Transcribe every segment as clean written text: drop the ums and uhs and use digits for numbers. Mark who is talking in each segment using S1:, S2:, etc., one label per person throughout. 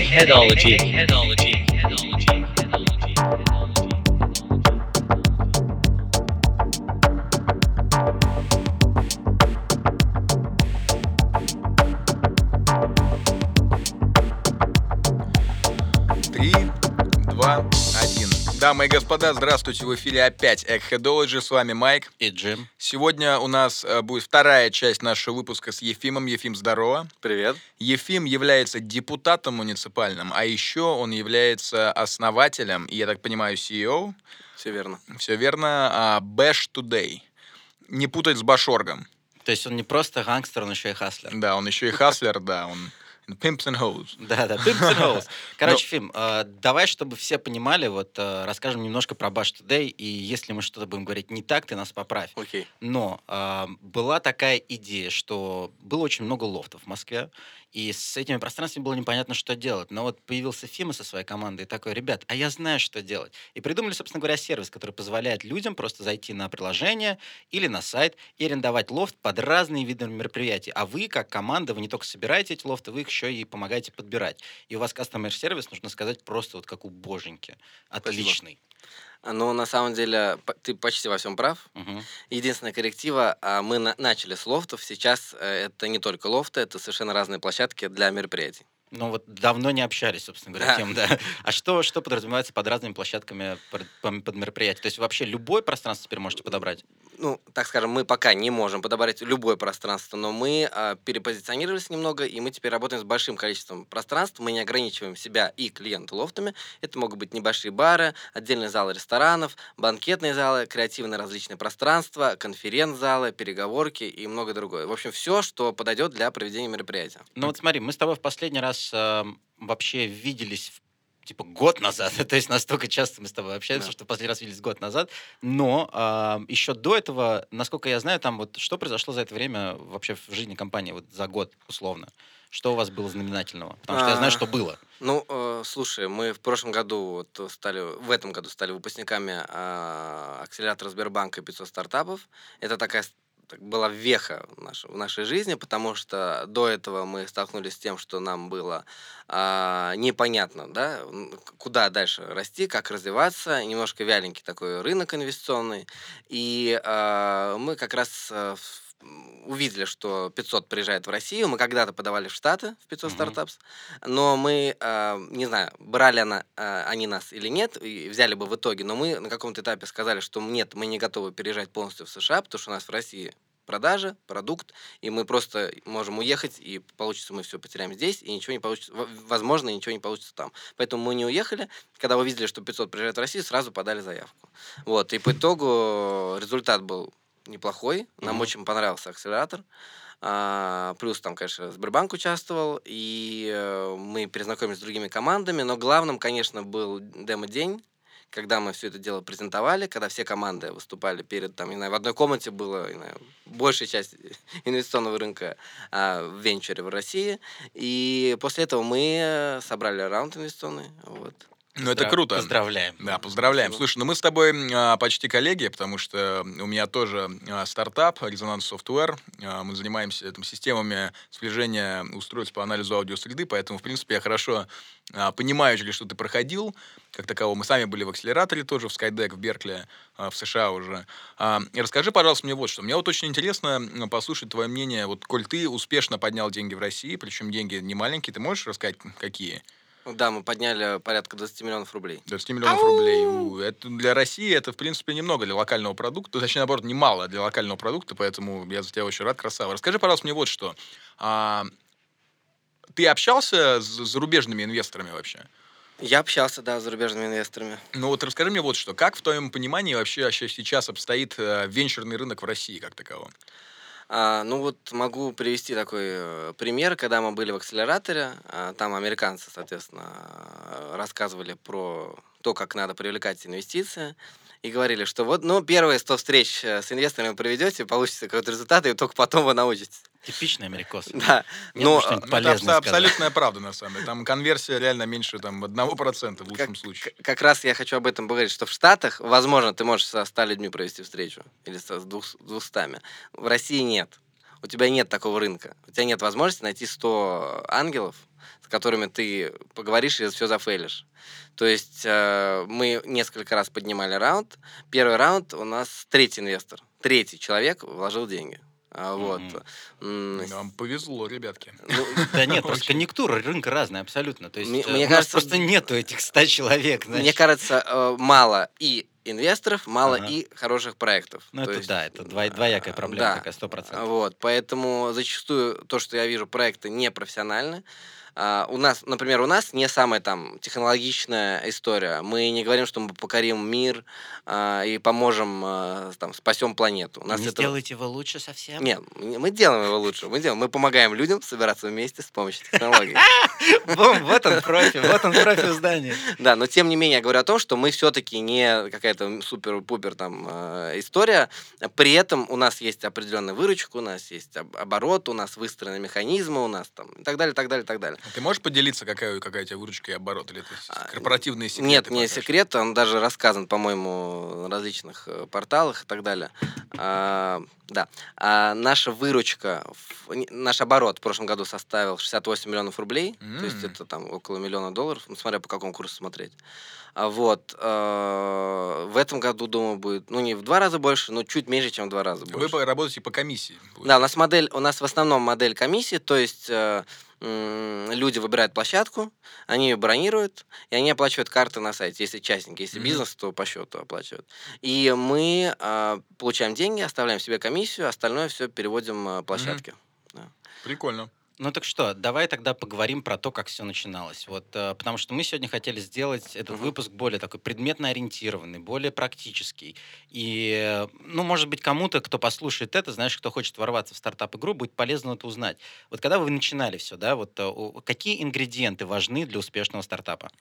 S1: Headology.
S2: 3, 2, 1. Дамы и господа, здравствуйте, в эфире опять Headology, с вами Майк.
S3: И Джим.
S2: Сегодня у нас будет вторая часть нашего выпуска с Ефимом. Ефим, здорово.
S4: Привет.
S2: Ефим является депутатом муниципальным, а еще он является основателем, и, я так понимаю, CEO.
S4: Все верно.
S2: Все верно. Bash Today. Не путать с Башоргом.
S3: То есть он не просто гангстер, он еще и хаслер.
S2: Да, он еще и хаслер, да, он pimps and hoes.
S3: Да, pimps and hoes. Короче, Фим, давай, чтобы все понимали, расскажем немножко про Bash Today, и если мы что-то будем говорить не так, ты нас поправь.
S4: Окей.
S3: Но была такая идея, что было очень много лофтов в Москве, и с этими пространствами было непонятно, что делать. Но вот появился Фима со своей командой и такой: ребят, а я знаю, что делать. И придумали, собственно говоря, сервис, который позволяет людям просто зайти на приложение или на сайт и арендовать лофт под разные виды мероприятий. А вы, как команда, вы не только собираете эти лофты, вы их еще и помогаете подбирать. И у вас customer-сервис, нужно сказать, просто вот как у боженьки. Отличный.
S4: Ну, на самом деле, ты почти во всем прав.
S3: Мгм.
S4: Единственная корректива, мы начали с лофтов. Сейчас это не только лофты, это совершенно разные площадки для мероприятий.
S3: Ну вот давно не общались, собственно говоря,
S4: Да.
S3: тем, да. А что подразумевается под разными площадками под мероприятия? То есть вообще любое пространство теперь можете подобрать?
S4: Ну, так скажем, мы пока не можем подобрать любое пространство, но мы перепозиционировались немного, и мы теперь работаем с большим количеством пространств. Мы не ограничиваем себя и клиента лофтами. Это могут быть небольшие бары, отдельные залы ресторанов, банкетные залы, креативные различные пространства, конференц-залы, переговорки и многое другое. В общем, все, что подойдет для проведения мероприятия.
S3: Ну вот смотри, мы с тобой в последний раз вообще виделись типа год назад, то есть настолько часто мы с тобой общаемся,
S4: Да.
S3: что последний раз виделись год назад, но еще до этого, насколько я знаю, там вот что произошло за это время вообще в жизни компании, вот за год условно? Что у вас было знаменательного? Потому что я знаю,
S4: А,
S3: что было.
S4: Ну, слушай, мы в прошлом году в этом году стали выпускниками акселератора Сбербанка 500 стартапов. Это была веха в нашей жизни, потому что до этого мы столкнулись с тем, что нам было непонятно, да, куда дальше расти, как развиваться, немножко вяленький такой рынок инвестиционный. И мы как раз увидели, что 500 приезжает в Россию. Мы когда-то подавали в Штаты в 500
S3: Мгм.
S4: стартапс, но мы, не знаю, брали они нас или нет, и взяли бы в итоге, но мы на каком-то этапе сказали, что нет, мы не готовы переезжать полностью в США, потому что у нас в России продажи, продукт, и мы просто можем уехать, и получится, мы все потеряем здесь, и ничего не получится, возможно, ничего не получится там. Поэтому мы не уехали. Когда увидели, что 500 приезжает в Россию, сразу подали заявку. Вот, и по итогу результат был неплохой. Нам
S3: Мгм.
S4: очень понравился акселератор. Плюс там, конечно, Сбербанк участвовал, и мы перезнакомились с другими командами. Но главным, конечно, был демо-день, когда мы все это дело презентовали, когда все команды выступали перед, там, не знаю, в одной комнате было, не знаю, большая часть инвестиционного рынка в венчуре в России. И после этого мы собрали раунд инвестиционный. Вот.
S2: Ну, это круто.
S3: Поздравляем.
S2: Да, поздравляем.
S4: Спасибо.
S2: Слушай, ну мы с тобой почти коллеги, потому что у меня тоже стартап Резонанс Software. Мы занимаемся системами слежения устройств по анализу аудиосреды, поэтому, в принципе, я хорошо понимаю, через что ты проходил. Как такового, мы сами были в акселераторе тоже, в Skydeck, в Беркли, в США уже. И расскажи, пожалуйста, мне вот что. Мне вот очень интересно послушать твое мнение. Вот, коль ты успешно поднял деньги в России, причем деньги не маленькие, ты можешь рассказать, какие?
S4: Да, мы подняли порядка 20 миллионов рублей.
S2: 20 миллионов рублей. Это для России это, в принципе, немного для локального продукта. Точнее, наоборот, немало для локального продукта, поэтому я за тебя очень рад, красава. Расскажи, пожалуйста, мне вот что. А, Ты общался с зарубежными инвесторами вообще?
S4: Я общался, да, с зарубежными инвесторами.
S2: Ну вот расскажи мне вот что. Как в твоем понимании вообще сейчас обстоит венчурный рынок в России как таковом?
S4: Ну вот могу привести такой пример, когда мы были в акселераторе, там американцы, соответственно, рассказывали про то, как надо привлекать инвестиции, и говорили, что вот, ну, первые 100 встреч с инвесторами вы проведете, получится какой-то результат, и только потом вы научитесь.
S3: Типичный америкос.
S4: Да,
S3: Нет,
S4: но
S3: может, что-нибудь
S2: Ну, это
S3: полезное сказать.
S2: абсолютная правда, на самом деле. Там конверсия реально меньше 1% в лучшем случае.
S4: как раз я хочу об этом поговорить, что в Штатах, возможно, ты можешь со 100 людьми провести встречу, или с 200. В России нет. У тебя нет такого рынка. У тебя нет возможности найти 100 ангелов, с которыми ты поговоришь и все зафейлишь. То есть мы несколько раз поднимали раунд. Первый раунд у нас третий инвестор, третий человек вложил деньги. Вот.
S2: Нам повезло, ребятки.
S3: Да нет, просто
S2: Очень.
S3: конъюнктура рынка разная абсолютно. То есть
S4: Мне
S3: у нас
S4: кажется,
S3: просто нету этих 100 человек,
S4: мне
S3: знаешь.
S4: кажется, мало и инвесторов, мало
S3: Ага.
S4: и хороших проектов.
S3: Ну
S4: То
S3: это
S4: есть,
S3: да, это двоякая проблема
S4: да,
S3: такая, 100%.
S4: вот, поэтому зачастую то, что я вижу, проекты непрофессиональны. У нас, например, не самая там технологичная история. Мы не говорим, что мы покорим мир и поможем, там, спасем планету. У
S3: И
S4: нас
S3: не
S4: это...
S3: сделаете его лучше совсем?
S4: Нет, мы делаем его лучше. Мы помогаем людям собираться вместе с помощью технологий.
S3: Бум, вот он профи в здании.
S4: Да, но тем не менее я говорю о том, что мы все-таки не какая-то супер-пупер там история. При этом у нас есть определенная выручка, у нас есть оборот, у нас выстроены механизмы, у нас там и так далее, так далее, так далее.
S2: А ты можешь поделиться, какая у тебя выручка и оборот? Или это корпоративные секреты?
S4: Нет, не
S2: пока что?
S4: секрет, он даже рассказан, по-моему, на различных порталах и так далее. Да. Наша выручка, наш оборот в прошлом году составил 68 миллионов рублей, то есть это там около $1 миллиона, ну, смотря по какому курсу смотреть. Вот. В этом году, думаю, будет, ну, не в 2 раза больше, но чуть меньше, чем в 2 раза больше.
S2: Вы работаете по комиссии?
S4: Да, у нас в основном модель комиссии, то есть люди выбирают площадку, они ее бронируют, и они оплачивают карты на сайте, если частники, если бизнес, то по счету оплачивают. И мы получаем деньги, оставляем себе комиссию, остальное все переводим площадке. Да.
S2: Прикольно.
S3: Ну так что, давай тогда поговорим про то, как все начиналось. Вот, потому что мы сегодня хотели сделать этот выпуск более такой предметно ориентированный, более практический. И, ну, может быть, кому-то, кто послушает это, знаешь, кто хочет ворваться в стартап-игру, будет полезно это узнать. Вот когда вы начинали все, да, вот какие ингредиенты важны для успешного стартапа?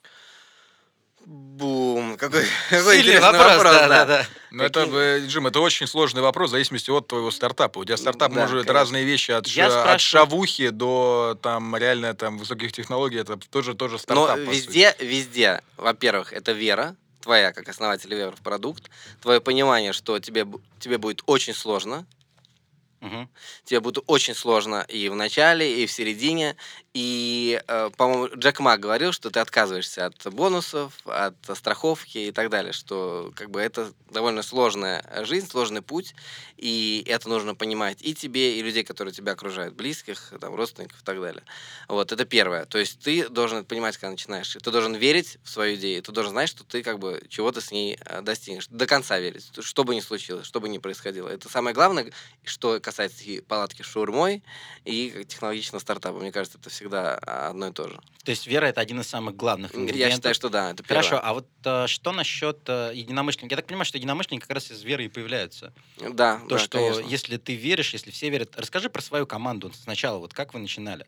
S4: Бум! Какой
S3: Сильный
S4: интересный
S3: вопрос,
S4: да.
S3: да.
S2: Ну, это, Джим, это очень сложный вопрос в зависимости от твоего стартапа. У тебя стартап
S4: Да,
S2: может
S4: конечно.
S2: разные вещи от
S3: Я спрашиваю-
S2: шавухи до там реально там высоких технологий. Это тоже
S4: Но
S2: стартап, по сути.
S4: везде, во-первых, это вера твоя, как основателя веры в продукт, твое понимание, что тебе будет очень сложно,
S3: Мгм.
S4: тебе будет очень сложно и в начале, и в середине. И, по-моему, Джек Ма говорил, что ты отказываешься от бонусов, от страховки и так далее, что как бы это довольно сложная жизнь, сложный путь, и это нужно понимать и тебе, и людей, которые тебя окружают, близких, там, родственников и так далее. Вот, это первое. То есть ты должен это понимать, когда начинаешь. И ты должен верить в свою идею, ты должен знать, что ты как бы чего-то с ней достигнешь. До конца верить, что бы ни случилось, что бы ни происходило. Это самое главное, что касается и палатки с шаурмой, и технологичного стартапа. Мне кажется, это всегда одно и то же.
S3: То есть вера — это один из самых главных
S4: Я
S3: ингредиентов.
S4: считаю, что да, это первое.
S3: Хорошо, а вот что насчет единомышленников? Я так понимаю, что единомышленники как раз из веры и появляются.
S4: Да,
S3: То,
S4: да,
S3: что
S4: конечно.
S3: если ты веришь, если все верят... Расскажи про свою команду сначала, вот как вы начинали?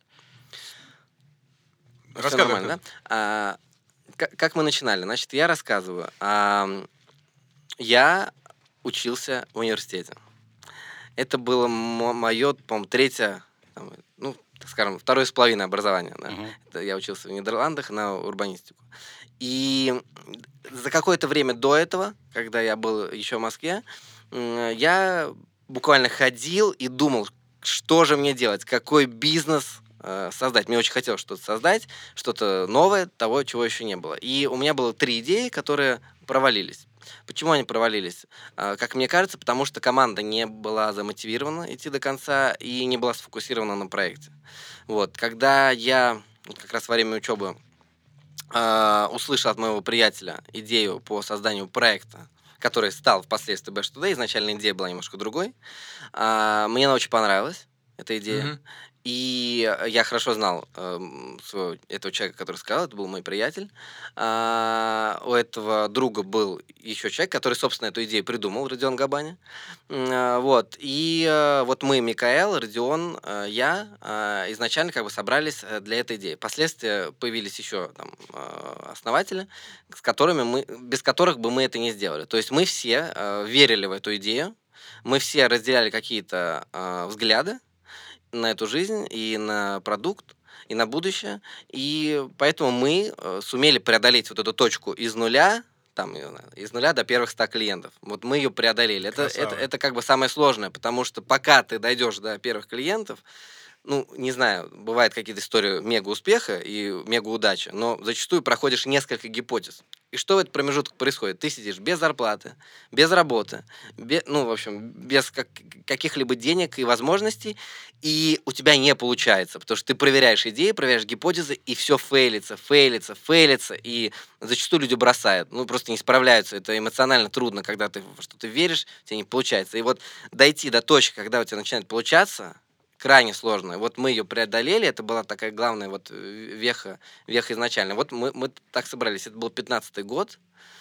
S4: Всё
S2: Рассказывай.
S4: нормально, да? Как мы начинали? Значит, я рассказываю. Я учился в университете. Это было мое, по-моему, третье, там, ну, так скажем, 2,5 образование. Да?
S3: Мгм.
S4: Это я учился в Нидерландах на урбанистику. И за какое-то время до этого, когда я был еще в Москве, я буквально ходил и думал, что же мне делать, какой бизнес создать. Мне очень хотелось что-то создать, что-то новое, того, чего еще не было. И у меня было 3 идеи, которые провалились. Почему они провалились? Как мне кажется, потому что команда не была замотивирована идти до конца и не была сфокусирована на проекте. Вот. Когда я как раз во время учебы услышал от моего приятеля идею по созданию проекта, который стал впоследствии Bash Today, изначально идея была немножко другой, мне она очень понравилась, эта идея.
S2: Мгм.
S4: И я хорошо знал этого человека, который сказал, это был мой приятель. У этого друга был еще человек, который, собственно, эту идею придумал, Родион Габаня. Вот. И вот мы, Микаэл, Родион, я, изначально как бы собрались для этой идеи. Впоследствии появились еще там основатели, без которых бы мы это не сделали. То есть мы все верили в эту идею, мы все разделяли какие-то взгляды на эту жизнь и на продукт, и на будущее. И поэтому мы сумели преодолеть вот эту точку из нуля, там, не знаю, из нуля до первых 100 клиентов. Вот мы ее преодолели.
S2: Красава.
S4: Это как бы самое сложное, потому что пока ты дойдешь до первых клиентов, ну, не знаю, бывают какие-то истории мега-успеха и мега-удачи, но зачастую проходишь несколько гипотез. И что в этот промежуток происходит? Ты сидишь без зарплаты, без работы, ну, в общем, без каких-либо денег и возможностей, и у тебя не получается, потому что ты проверяешь идеи, проверяешь гипотезы, и все фейлится, фейлится, фейлится, и зачастую люди бросают, ну, просто не справляются. Это эмоционально трудно, когда ты во что-то веришь, у тебя не получается. И вот дойти до точки, когда у тебя начинает получаться, крайне сложно. Вот мы ее преодолели, это была такая главная вот веха изначально. Вот мы так собрались, это был 15-й год,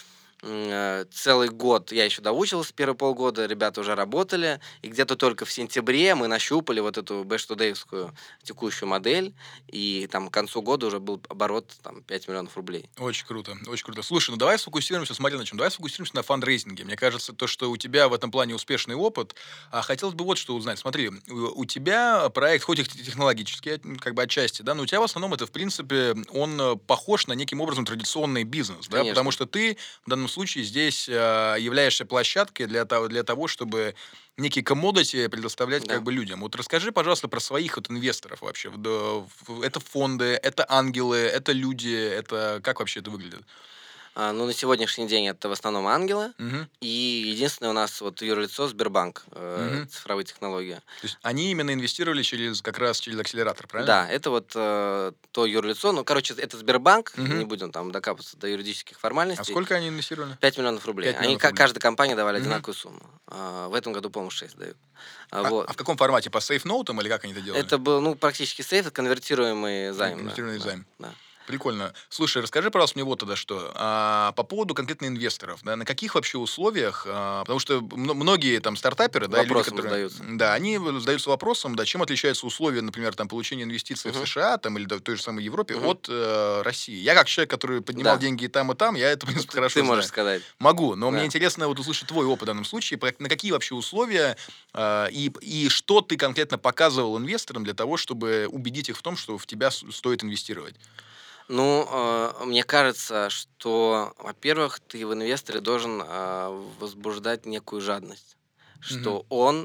S4: целый год я еще доучивался, первые полгода, ребята уже работали, и где-то только в сентябре мы нащупали вот эту бэш-тудеевскую текущую модель, и там к концу года уже был оборот там 5 миллионов рублей.
S2: Очень круто, очень круто. Слушай, ну давай сфокусируемся, смотри на чем. Давай сфокусируемся на фандрейзинге. Мне кажется, то, что у тебя в этом плане успешный опыт. А хотелось бы вот что узнать. Смотри, у тебя проект, хоть и технологический, как бы отчасти, да, но у тебя в основном это, в принципе, он похож на неким образом традиционный бизнес, да,
S4: Конечно.
S2: потому что ты в данном случае здесь являешься площадкой для того, чтобы некие коммодити предоставлять
S4: Да.
S2: как бы людям. Вот расскажи, пожалуйста, про своих вот инвесторов вообще. Это фонды, это ангелы, это люди, это как вообще это выглядит?
S4: Ну, на сегодняшний день это в основном ангелы,
S2: Мгм.
S4: и единственное у нас вот юрлицо Сбербанк,
S2: Мгм.
S4: цифровые технологии.
S2: То есть они именно инвестировали как раз через акселератор, правильно?
S4: Да, это вот то юрлицо. Ну, короче, это Сбербанк.
S2: Мгм.
S4: Не будем там докапываться до юридических
S2: А
S4: формальностей.
S2: сколько они инвестировали?
S4: 5 миллионов рублей.
S2: 5
S4: Они
S2: миллионов рублей.
S4: каждой компании давали
S2: Мгм.
S4: одинаковую сумму. В этом году, по-моему, 6 дают.
S2: А в каком формате? По сейф-ноутам или как они это делали?
S4: Это был, ну, практически сейф, это конвертируемый займ.
S2: Конвертируемый займ.
S4: Да.
S2: Прикольно. Слушай, расскажи, пожалуйста, мне вот тогда что. По поводу конкретно инвесторов, да, на каких вообще условиях, потому что многие там стартаперы, да, или люди,
S4: Вопросом
S2: которые,
S4: задаются.
S2: да, они задаются вопросом, да, чем отличаются условия, например, там, получения инвестиций в
S4: Мгм.
S2: США, там, или в той же самой Европе
S4: Мгм.
S2: от России. Я как человек, который поднимал
S4: Да.
S2: деньги и там, я это, в принципе, хорошо
S4: Ты
S2: знаю.
S4: можешь сказать.
S2: Могу, но
S4: Да.
S2: мне интересно вот услышать твой опыт в данном случае, на какие вообще условия и что ты конкретно показывал инвесторам для того, чтобы убедить их в том, что в тебя стоит инвестировать.
S4: Ну, мне кажется, что, во-первых, ты в инвесторе должен возбуждать некую жадность, что он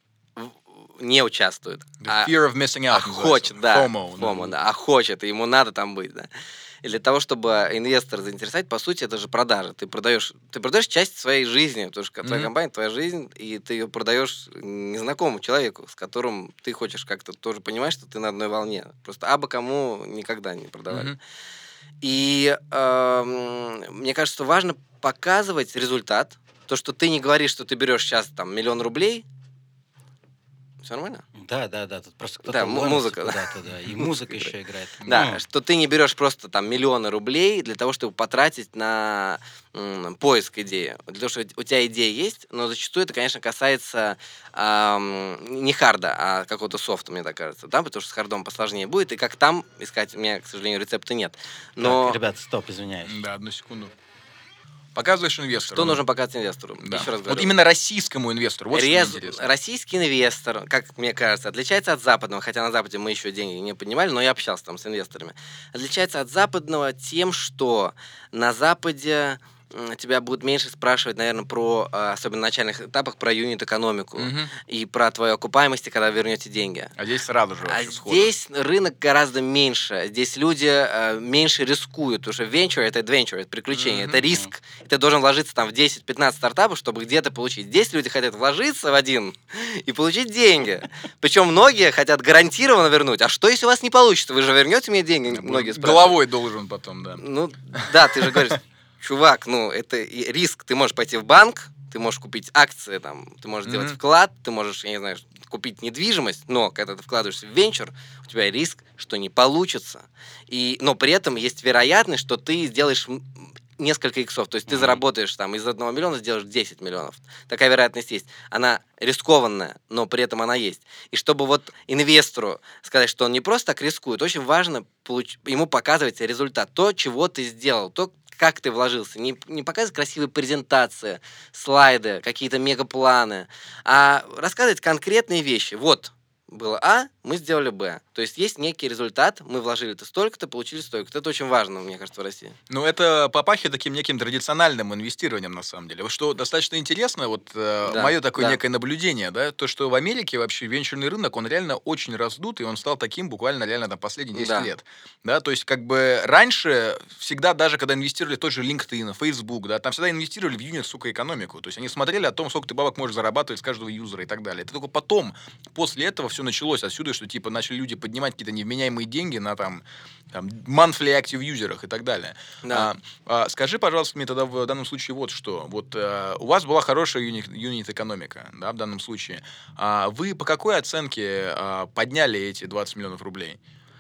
S4: не участвует,
S2: The fear of missing out называется.
S4: хочет, да,
S2: FOMO,
S4: FOMO, да, хочет, и ему надо там быть, да. И для того, чтобы инвестора заинтересовать, по сути, это же продажа. Ты продаешь часть своей жизни, потому что твоя
S2: Мгм.
S4: компания, твоя жизнь, и ты ее продаешь незнакомому человеку, с которым ты хочешь как-то тоже понимать, что ты на одной волне. Просто абы кому никогда не продавали.
S2: Мгм.
S4: И мне кажется, что важно показывать результат. То, что ты не говоришь, что ты берешь сейчас там 1 000 000 рублей. Все нормально?
S3: Да, тут просто кто-то
S4: Да,
S3: ломится
S4: музыка, да.
S3: куда-то, да, и музыка
S4: Музыка
S3: еще играет.
S4: Да,
S3: Ну,
S4: что ты не берешь просто там миллионы рублей для того, чтобы потратить на поиск идеи. Для того, что у тебя идея есть, но зачастую это, конечно, касается не харда, а какого-то софта, мне так кажется, да, потому что с хардом посложнее будет, и как там искать, у меня, к сожалению, рецепта нет. Но
S3: так, ребят, стоп, извиняюсь.
S2: Да, одну секунду. Показываешь инвестору.
S4: что нужно показать инвестору?
S2: Да.
S4: Еще раз говорю.
S2: Вот именно российскому инвестору. Вот что мне интересно.
S4: Российский инвестор, как мне кажется, отличается от западного, хотя на Западе мы еще деньги не поднимали, но я общался там с инвесторами. Отличается от западного тем, что на Западе тебя будут меньше спрашивать, наверное, про, особенно на начальных этапах, про юнит-экономику
S2: Мгм.
S4: и про твою окупаемость, когда вы вернете деньги.
S2: А здесь сразу же
S4: А
S2: вообще сходу.
S4: здесь рынок гораздо меньше. Здесь люди меньше рискуют, потому что venture — это adventure, это приключение, это
S2: Мгм.
S4: риск. И ты должен вложиться там в 10-15 стартапов, чтобы где-то получить. Здесь люди хотят вложиться в один и получить деньги. Причем многие хотят гарантированно вернуть. А что, если у вас не получится? Вы же вернете мне деньги? Многие спрашивают.
S2: Головой должен потом, да.
S4: Ну, да, ты же говоришь, чувак, ну, это и риск. Ты можешь пойти в банк, ты можешь купить акции, там, ты можешь сделать
S2: Мгм.
S4: вклад, ты можешь, я не знаю, купить недвижимость, но когда ты вкладываешься в венчур, у тебя риск, что не получится. Но при этом есть вероятность, что ты сделаешь несколько иксов. То есть ты
S3: Мгм.
S4: заработаешь там из 1 миллиона, сделаешь 10 миллионов. Такая вероятность есть. Она рискованная, но при этом она есть. И чтобы вот инвестору сказать, что он не просто так рискует, очень важно ему показывать результат. То, чего ты сделал, то, как ты вложился. Не показывать красивые презентации, слайды, какие-то мегапланы, а рассказывать конкретные вещи. Вот было А, мы сделали Б. То есть есть некий результат, мы вложили-то столько-то, получили столько-то. Это очень важно, мне кажется, в России.
S2: Ну, это попахивает таким неким традициональным инвестированием, на самом деле. Вот что достаточно интересно, вот
S4: Да,
S2: мое такое
S4: да.
S2: некое наблюдение, да, то, что в Америке вообще венчурный рынок, он реально очень раздут, и он стал таким буквально реально там последние 10
S4: Да.
S2: лет. Да, то есть как бы раньше всегда, даже когда инвестировали в тот же LinkedIn, Facebook, да, там всегда инвестировали в юнит, сука, экономику. То есть они смотрели о том, сколько ты бабок можешь зарабатывать с каждого юзера и так далее. Это только потом, после этого все началось отсюда, что типа начали люди поднимать какие-то невменяемые деньги на там monthly active юзерах и так далее.
S4: Да.
S2: Скажи, пожалуйста, мне тогда в данном случае вот что. Вот у вас была хорошая юнит-экономика, да, в данном случае. Вы по какой оценке подняли эти 20 миллионов рублей?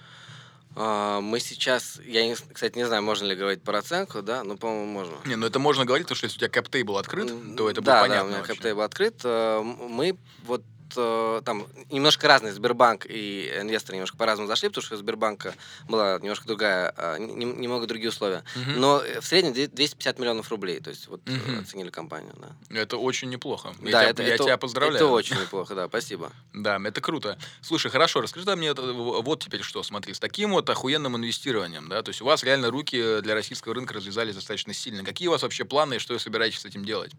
S4: Мы сейчас, кстати, не знаю, можно ли говорить про оценку, да, но, по-моему, можно.
S2: Не, ну это можно говорить, потому что если у тебя кэптейбл открыт, то это будет
S4: Да,
S2: понятно
S4: у меня
S2: вообще.
S4: CapTable открыт. Мы вот там немножко разные, Сбербанк и инвесторы немножко по-разному зашли, потому что у Сбербанка была немножко другая, немного другие условия.
S2: Мгм.
S4: Но в среднем 250 миллионов рублей, то есть вот
S2: Мгм.
S4: оценили компанию, да.
S2: Это очень неплохо.
S4: Да,
S2: Я тебя поздравляю.
S4: это очень неплохо, да, спасибо.
S2: Да, это круто. Слушай, хорошо, расскажи мне вот теперь что, смотри, с таким вот охуенным инвестированием, да, то есть у вас реально руки для российского рынка развязались достаточно сильно. Какие у вас вообще планы и что вы собираетесь с этим делать?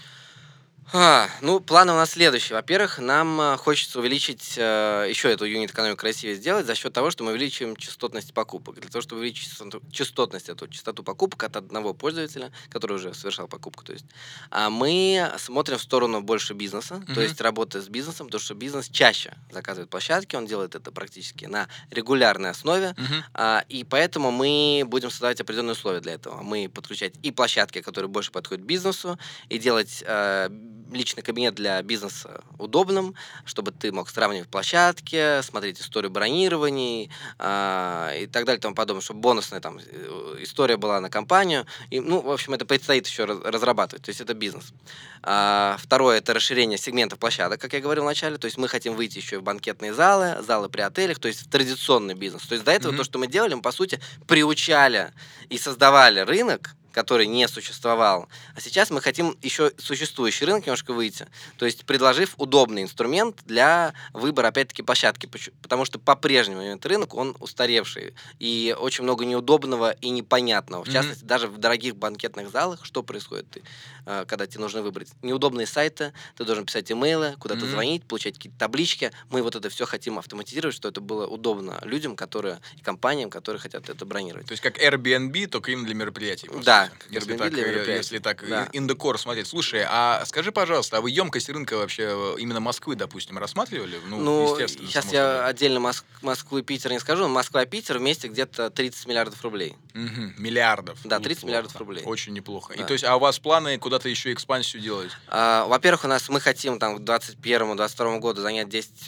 S4: Ну, планы у нас следующие. Во-первых, нам хочется увеличить еще эту юнит-экономику красивее сделать за счет того, что мы увеличиваем частотность покупок. Для того, чтобы увеличить частотность, эту частоту покупок от одного пользователя, который уже совершал покупку, то есть, мы смотрим в сторону больше бизнеса, то
S2: Мгм.
S4: есть работы с бизнесом, потому что бизнес чаще заказывает площадки, он делает это практически на регулярной основе,
S2: Мгм.
S4: и поэтому мы будем создавать определенные условия для этого. Мы подключать и площадки, которые больше подходят бизнесу, и делать личный кабинет для бизнеса удобным, чтобы ты мог сравнивать площадки, смотреть историю бронирований и так далее и тому подобное, чтобы бонусная там история была на компанию. И, ну, в общем, это предстоит еще разрабатывать, то есть это бизнес. Второе – это расширение сегментов площадок, как я говорил вначале, то есть мы хотим выйти еще в банкетные залы, залы при отелях, то есть в традиционный бизнес. То есть до этого
S2: Мгм.
S4: то, что мы делали, мы, по сути, приучали и создавали рынок, который не существовал. А сейчас мы хотим еще существующий рынок немножко выйти, то есть предложив удобный инструмент для выбора, опять-таки, площадки, потому что по-прежнему этот рынок, он устаревший, и очень много неудобного и непонятного. В
S2: Мгм.
S4: частности, даже в дорогих банкетных залах, что происходит, когда тебе нужно выбрать неудобные сайты, ты должен писать имейлы, куда-то
S2: Мгм.
S4: звонить, получать какие-то таблички. Мы вот это все хотим автоматизировать, чтобы это было удобно людям, и компаниям, которые хотят это бронировать.
S2: То есть как Airbnb, только именно для мероприятий, по
S4: Да,
S2: сути. Если
S4: Airbnb
S2: так,
S4: для мероприятий.
S2: если так
S4: Да.
S2: in the core смотреть. Слушай, а скажи, пожалуйста, а вы емкость рынка вообще именно Москвы, допустим, рассматривали?
S4: Ну,
S2: Естественно,
S4: сейчас
S2: само
S4: я
S2: собой.
S4: отдельно Москву и Питер не скажу, но Москва и Питер вместе где-то 30 миллиардов рублей.
S2: Мгм. Миллиардов.
S4: Да, 30
S2: Неплохо.
S4: миллиардов рублей.
S2: Очень неплохо. И
S4: Да.
S2: то есть, а у вас планы куда-то еще экспансию делать?
S4: Во-первых, мы хотим там к 2021-2022 году занять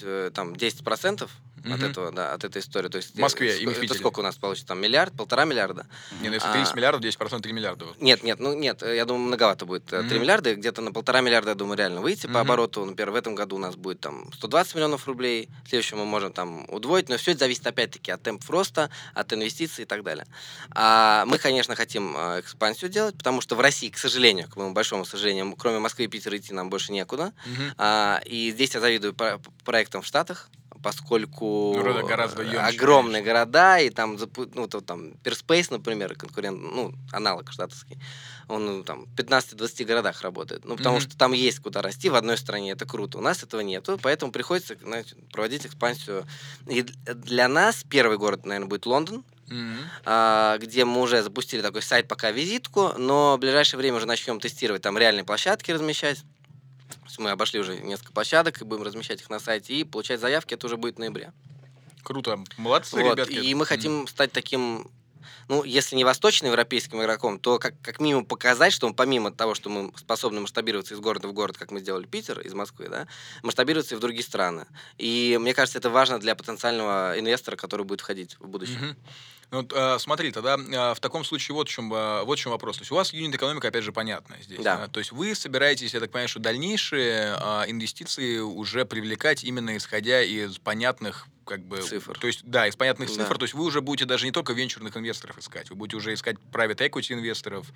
S4: 10% от
S2: Мгм.
S4: этого, да, от этой истории. То есть
S2: В Москве и в
S4: это
S2: Питере.
S4: сколько у нас получится? Там миллиард, 1,5 миллиарда?
S2: Не, ну если
S4: А,
S2: 30 миллиардов, 10% 3 миллиарда. Вот.
S4: Нет, я думаю, многовато будет. 3
S2: Мгм.
S4: миллиарда, и где-то на 1,5 миллиарда, я думаю, реально выйти
S2: Мгм.
S4: по обороту. Например, в этом году у нас будет там 120 миллионов рублей, в следующем мы можем там удвоить, но все это зависит опять-таки от темпов роста, от инвестиций и так далее. Мы, конечно, хотим экспансию делать, потому что в России, к сожалению, к моему большому сожалению, кроме Москвы и Питера идти нам больше некуда.
S2: Мгм.
S4: И здесь я завидую проектам в Штатах, поскольку
S2: Ну, это гораздо ёмче,
S4: огромные
S2: конечно.
S4: города, и там, там Peerspace, например, конкурент, аналог штатовский, он там в 15-20 городах работает. Ну, потому
S2: Мгм.
S4: что там есть куда расти, в одной стране это круто. У нас этого нету, поэтому приходится, значит, проводить экспансию. И для нас первый город, наверное, будет Лондон,
S2: Мгм.
S4: где мы уже запустили такой сайт пока визитку, но в ближайшее время уже начнем тестировать, там реальные площадки размещать. То есть мы обошли уже несколько площадок и будем размещать их на сайте и получать заявки, это уже будет в ноябре.
S2: Круто. Молодцы,
S4: Вот.
S2: ребятки.
S4: И мы хотим стать таким, если не восточноевропейским игроком, то как минимум показать, что мы, помимо того, что мы способны масштабироваться из города в город, как мы сделали Питер из Москвы, да, масштабироваться и в другие страны. И мне кажется, это важно для потенциального инвестора, который будет входить в будущее.
S2: Мгм. Ну, вот, смотри, тогда в таком случае вот в чем вопрос. То есть у вас юнит-экономика, опять же, понятная здесь.
S4: Да.
S2: Да? То есть вы собираетесь, я так понимаю, что дальнейшие инвестиции уже привлекать именно исходя из понятных как бы...
S4: Цифр.
S2: То есть, да, из понятных
S4: Да.
S2: цифр. То есть вы уже будете даже не только венчурных инвесторов искать, вы будете уже искать private equity инвесторов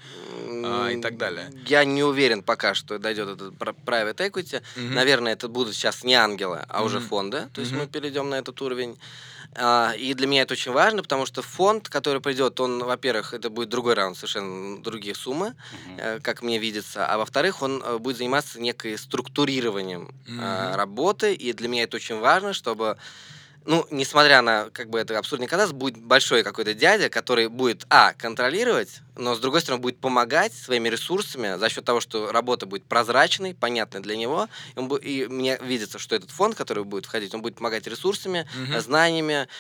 S2: и так далее.
S4: Я не уверен пока, что дойдет этот private equity.
S2: Мгм.
S4: Наверное, это будут сейчас не ангелы, а уже
S2: Мгм.
S4: фонды. То есть
S2: Мгм.
S4: мы перейдем на этот уровень. И для меня это очень важно, потому что фонд, который придет, он, во-первых, это будет другой раунд, совершенно другие суммы,
S3: Мгм.
S4: как мне видится, а во-вторых, он будет заниматься некой структурированием
S2: Мгм.
S4: работы, и для меня это очень важно, чтобы, ну, несмотря на, как бы, это абсурдный катастроф, будет большой какой-то дядя, который будет, контролировать, но, с другой стороны, будет помогать своими ресурсами за счет того, что работа будет прозрачной, понятной для него. И мне видится, что этот фонд, который будет входить, он будет помогать ресурсами,
S2: Мгм.
S4: знаниями.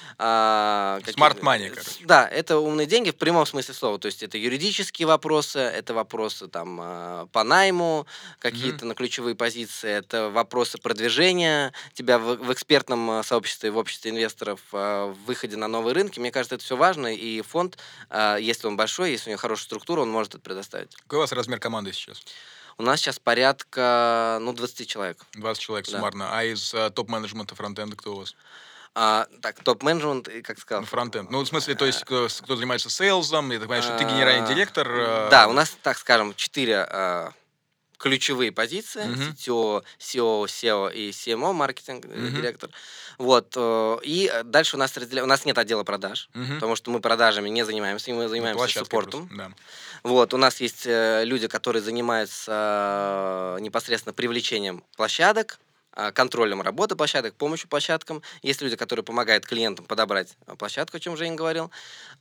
S2: Smart money, короче.
S4: Да, это умные деньги в прямом смысле слова. То есть это юридические вопросы, это вопросы там по найму, какие-то на ключевые позиции, это вопросы продвижения тебя в экспертном сообществе, в обществе инвесторов, в выходе на новые рынки. Мне кажется, это все важно, и фонд, если он большой, если у него хорошая структура, он может это предоставить.
S2: Какой у вас размер команды сейчас?
S4: У нас сейчас порядка, 20 человек.
S2: 20 человек
S4: Да.
S2: суммарно. А из топ-менеджмента фронтенда кто у вас?
S4: Так, топ-менеджмент, и как сказал.
S2: Фронтенд. Ну, в смысле, то есть, кто занимается сейлзом, я так понимаю, что ты генеральный директор.
S4: Да, у нас, так скажем, 4 ключевые позиции:
S2: Мгм.
S4: CTO, SEO, SEO и CMO, маркетинг
S2: Мгм.
S4: директор. Вот. И дальше у нас нет отдела продаж,
S2: Мгм.
S4: потому что мы продажами не занимаемся, мы
S2: Ну,
S4: занимаемся
S2: площадкой
S4: суппортом.
S2: просто, да.
S4: Вот, у нас есть люди, которые занимаются непосредственно привлечением площадок, контролем работы площадок, помощью площадкам. Есть люди, которые помогают клиентам подобрать площадку, о чем Женя говорил.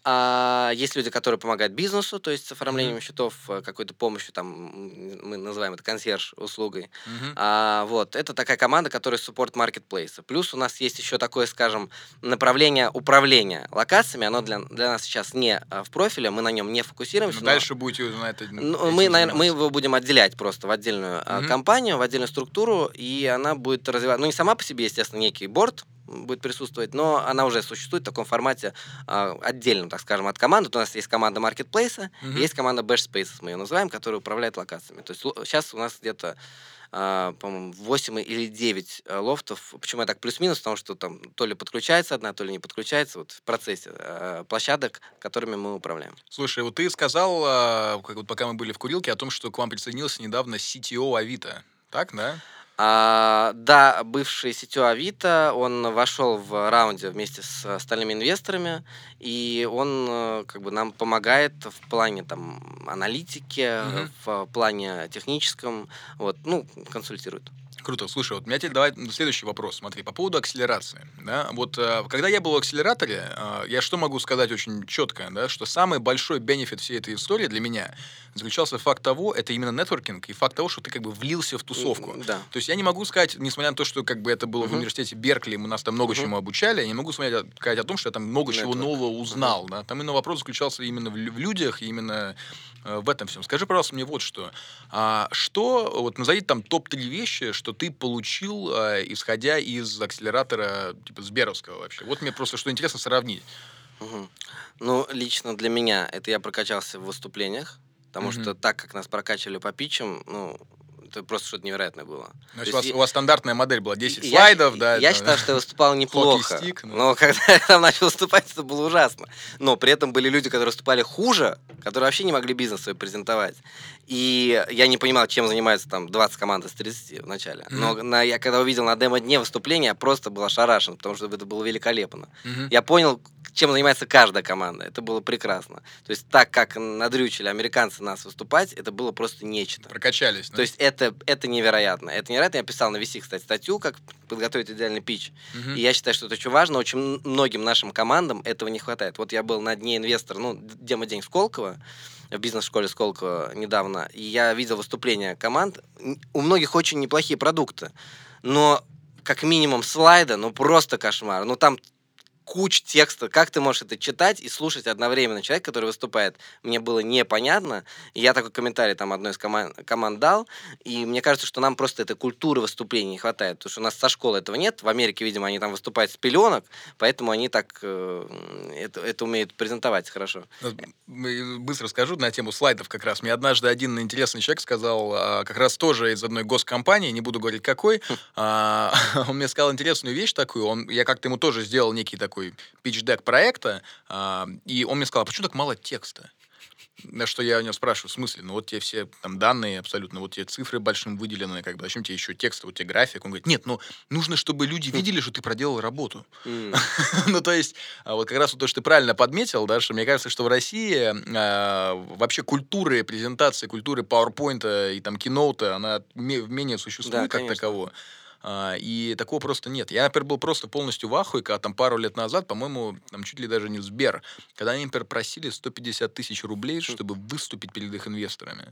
S4: Есть люди, которые помогают бизнесу, то есть с оформлением
S2: Мгм.
S4: счетов, какой-то помощью, там, мы называем это консьерж-услугой.
S2: Мгм.
S4: Вот, это такая команда, которая суппорт маркетплейса. Плюс у нас есть еще такое, скажем, направление управления локациями. Оно для нас сейчас не в профиле, мы на нем не фокусируемся.
S2: Но дальше будете на это
S4: Мы,
S2: этим
S4: наверное, мы
S2: заниматься.
S4: его будем отделять просто в отдельную
S2: Мгм.
S4: компанию, в отдельную структуру, и она будет развивать, ну, не сама по себе, естественно, некий борд будет присутствовать, но она уже существует в таком формате отдельном, так скажем, от команды. Вот у нас есть команда маркетплейса,
S2: Мгм.
S4: есть команда Bash Spaces, мы ее называем, которая управляет локациями. То есть сейчас у нас где-то, по-моему, 8 или 9 лофтов. Почему я так плюс-минус? Потому что там то ли подключается одна, то ли не подключается. Вот в процессе площадок, которыми мы управляем.
S2: Слушай, вот ты сказал, как вот пока мы были в курилке, о том, что к вам присоединился недавно CTO Авито. Так, да?
S4: Да, бывший CTO Авито, он вошел в раунде вместе с остальными инвесторами, и он как бы нам помогает в плане там аналитики,
S2: Мгм.
S4: в плане техническом, вот, ну, консультирует.
S2: Круто. Слушай, вот у меня теперь давай следующий вопрос. Смотри, по поводу акселерации. Да? Вот когда я был в акселераторе, я что могу сказать очень четко, да, что самый большой бенефит всей этой истории для меня заключался в факт того, это именно нетворкинг и факт того, что ты как бы влился в тусовку.
S4: Да.
S2: То есть я не могу сказать, несмотря на то, что как бы это было в
S4: Мгм.
S2: университете Беркли, мы нас там много
S4: Мгм.
S2: чему обучали, я не могу сказать о том, что я там много чего
S4: Network.
S2: нового узнал. Да? Там именно вопрос заключался именно в людях, и именно в этом всем. Скажи, пожалуйста, мне вот что. Что, вот назови там топ-3 вещи, что ты получил, исходя из акселератора типа Сберовского вообще. Вот мне просто что интересно сравнить.
S4: Мгм. Ну, лично для меня это я прокачался в выступлениях, потому
S2: Мгм.
S4: что так, как нас прокачивали по питчам, ну, это просто что-то невероятное было.
S2: То есть
S4: То
S2: у вас,
S4: есть
S2: у вас стандартная модель была 10
S4: И
S2: слайдов, да?
S4: я
S2: там,
S4: считал, что я выступал неплохо,
S2: хоккей-стик, ну.
S4: но когда я там начал выступать, это было ужасно. Но при этом были люди, которые выступали хуже, которые вообще не могли бизнес свой презентовать. И я не понимал, чем занимаются там 20 команд из 30 в начале. Но я когда увидел на демо-дне выступление, я просто был ошарашен, потому что это было великолепно.
S2: Мгм.
S4: Я понял, чем занимается каждая команда. Это было прекрасно. То есть так, как надрючили американцы нас выступать, это было просто нечто.
S2: Прокачались.
S4: То есть это невероятно. Это невероятно. Я писал на VC, кстати, статью, как подготовить идеальный питч.
S2: Мгм.
S4: И я считаю, что это очень важно. Очень многим нашим командам этого не хватает. Вот я был на дне инвестора, ну, демо-день Сколково, в бизнес-школе Сколково недавно, и я видел выступления команд. У многих очень неплохие продукты, но как минимум слайда, ну, просто кошмар. Ну, там куча текста. Как ты можешь это читать и слушать одновременно человека, который выступает? Мне было непонятно. И я такой комментарий там одной из команд дал. И мне кажется, что нам просто этой культуры выступления не хватает. Потому что у нас со школы этого нет. В Америке, видимо, они там выступают с пеленок, поэтому они так это умеют презентовать хорошо.
S2: Быстро скажу на тему слайдов как раз. Мне однажды один интересный человек сказал, как раз тоже из одной госкомпании, не буду говорить какой, он мне сказал интересную вещь такую. Я как-то ему тоже сделал некий такой питч-дек проекта, и он мне сказал, почему так мало текста? На что я у него спрашиваю, в смысле, ну вот тебе все там данные абсолютно, вот тебе цифры большим выделены, как бы, зачем тебе еще текст, вот тебе график? Он говорит, нет, ну нужно, чтобы люди видели, что ты проделал работу. Ну то есть, вот как раз вот то, что ты правильно подметил, да, что мне кажется, что в России вообще культуры презентации, культуры PowerPoint и там Keynote, она менее существует как такового. И такого просто нет. Я, например, был просто полностью в ахуе, когда там пару лет назад, по-моему, там чуть ли даже не в Сбер, когда они, например, просили 150 тысяч рублей, чтобы выступить перед их инвесторами.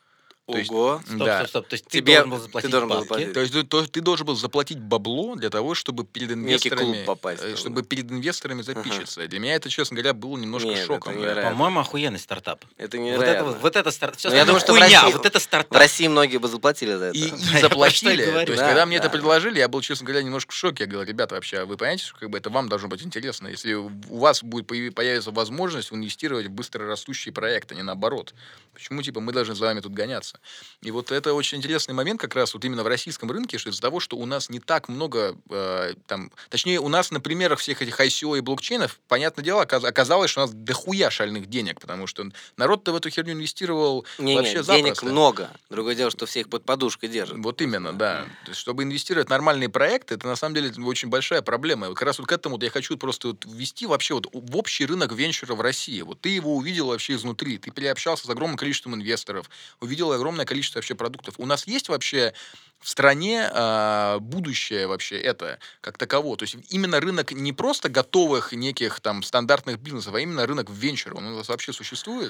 S4: Ого.
S3: Стоп. То есть ты
S4: Тебе-
S3: должен был заплатить
S4: ты должен был
S3: бабки.
S4: заплатить.
S2: То есть ты должен был заплатить бабло для того, чтобы перед
S4: Некий клуб
S2: инвесторами,
S4: попасть,
S2: чтобы перед инвесторами запишется. И для меня это, честно говоря, было немножко
S4: Нет, это
S2: шоком. да.
S4: невероятно.
S3: По-моему, охуенный стартап.
S4: Это
S3: Вот это
S4: невероятно.
S3: вот это старт. Все
S4: Ну, я думаю, что в
S3: хуйня,
S4: России-
S3: вот это
S4: В
S3: стартап.
S4: России многие бы заплатили за это.
S2: И
S3: Я про что и
S2: заплатили.
S3: говорю.
S2: То есть,
S4: Да,
S2: когда мне это
S4: да.
S2: предложили, я был, честно говоря, немножко в шоке. Я говорю, ребята, вообще, вы понимаете, что как бы это вам должно быть интересно, если у вас будет появится возможность инвестировать в быстрорастущие проекты, а не наоборот. Почему, типа, мы должны за вами тут гоняться? И вот это очень интересный момент как раз вот именно в российском рынке, что из-за того, что у нас не так много, там, точнее, у нас на примерах всех этих ICO и блокчейнов, понятное дело, оказалось, что у нас дохуя шальных денег, потому что народ-то в эту херню инвестировал вообще
S4: Денег
S2: запросто.
S4: много. Другое дело, что все их под подушкой держат.
S2: Вот именно, да. То есть, чтобы инвестировать в нормальные проекты, это на самом деле очень большая проблема. И вот как раз вот к этому вот я хочу просто вот ввести вообще вот в общий рынок венчура в России. Вот ты его увидел вообще изнутри, ты переобщался с огромным количеством инвесторов, увидел огромное количество вообще продуктов. У нас есть вообще в стране будущее вообще это как таково. То есть именно рынок не просто готовых неких там стандартных бизнесов, а именно рынок венчура. Он у нас вообще существует?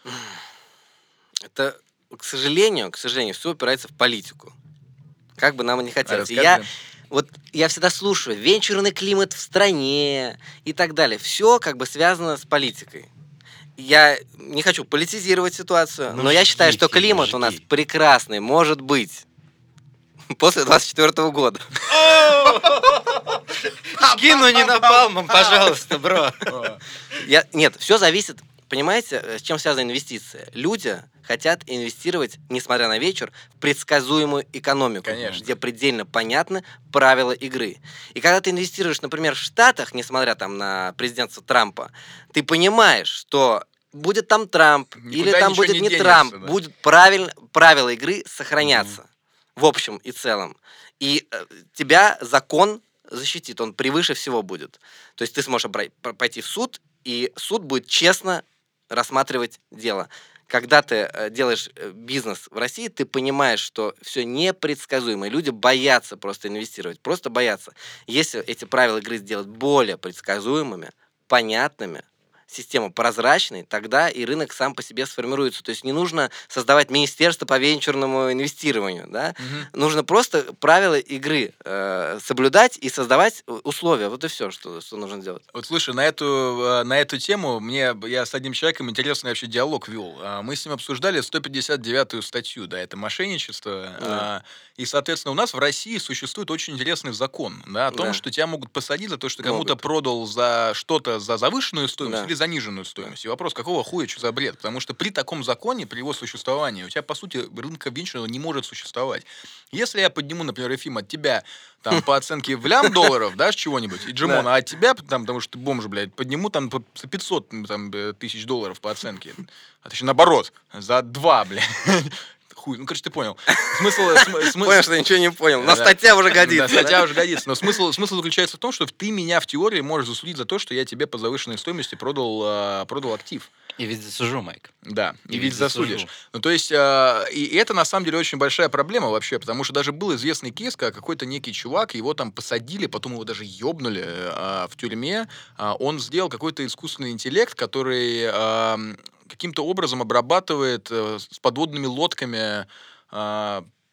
S4: Это, к сожалению, все упирается в политику. Как бы нам и не хотелось. И
S2: Расскажи.
S4: я всегда слушаю венчурный климат в стране и так далее. Все как бы связано с политикой. Я не хочу политизировать ситуацию,
S3: Ну,
S4: но я считаю, что
S3: жги, Федя,
S4: климат у нас
S3: жги.
S4: прекрасный, может быть, после 24 года.
S3: Жги, но не напалмом, пожалуйста, бро.
S4: Нет, все зависит, понимаете, с чем связана инвестиция? Люди хотят инвестировать, несмотря на вечер, в предсказуемую экономику,
S2: Конечно.
S4: где предельно понятны правила игры. И когда ты инвестируешь, например, в Штатах, несмотря там на президентство Трампа, ты понимаешь, что будет там Трамп,
S2: Никуда
S4: или там
S2: ничего
S4: будет
S2: не
S4: не
S2: денется,
S4: Трамп,
S2: да.
S4: будут правила игры сохранятся в общем и целом. И тебя закон защитит, он превыше всего будет. То есть ты сможешь пойти в суд, и суд будет честно рассматривать дело. Когда ты делаешь бизнес в России, ты понимаешь, что все непредсказуемо. И люди боятся просто инвестировать, просто боятся. Если эти правила игры сделать более предсказуемыми, понятными, система прозрачной, тогда и рынок сам по себе сформируется. То есть не нужно создавать министерство по венчурному инвестированию. Да? Нужно просто правила игры соблюдать и создавать условия. Вот и все, что нужно делать.
S2: Вот слушай, на эту тему я с одним человеком интересный вообще диалог вел. Мы с ним обсуждали 159-ю статью, да, это мошенничество.
S4: Да.
S2: И, соответственно, у нас в России существует очень интересный закон, да, о том,
S4: Да.
S2: что тебя могут посадить за то, что
S4: Могут.
S2: кому-то продал за что-то за завышенную стоимость
S4: Да.
S2: или заниженную стоимость. И вопрос, какого хуя, что за бред? Потому что при таком законе, при его существовании, у тебя, по сути, рынка венчурного не может существовать. Если я подниму, например, Ефим, от тебя там по оценке в лям долларов, да, с чего-нибудь, и Джимон, а от тебя, там, потому что ты бомж, блядь, подниму там за 500 тысяч долларов по оценке. А точнее, наоборот, за 2, блядь. Хуй, ну, короче, ты понял.
S4: Понял, что ничего не понял. Но
S2: Да.
S4: статья уже
S2: Да,
S4: годится.
S2: статья уже годится. Но смысл заключается в том, что ты меня в теории можешь засудить за то, что я тебе по завышенной стоимости продал актив.
S3: И ведь засужу, Майк.
S2: Да, и
S3: И
S2: ведь
S3: ведь
S2: засудишь.
S3: засужу.
S2: Ну, то есть, и это на самом деле очень большая проблема вообще, потому что даже был известный кейс, когда какой-то некий чувак, его там посадили, потом его даже ёбнули в тюрьме. Он сделал какой-то искусственный интеллект, который каким-то образом обрабатывает с подводными лодками